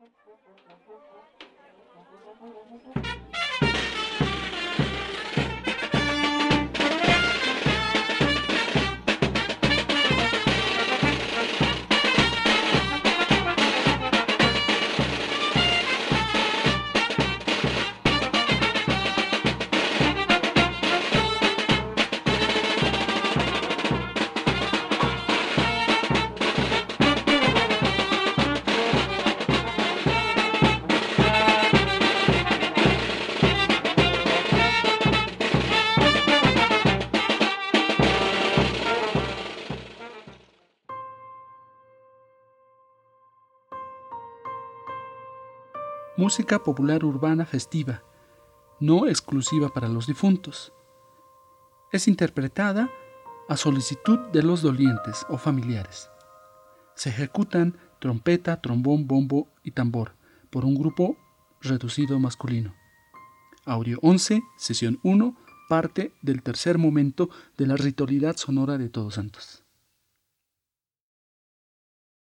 Música popular urbana festiva, no exclusiva para los difuntos. Es interpretada a solicitud de los dolientes o familiares. Se ejecutan trompeta, trombón, bombo y tambor por un grupo reducido masculino. Audio 11, sesión 1, parte del tercer momento de la ritualidad sonora de Todos Santos.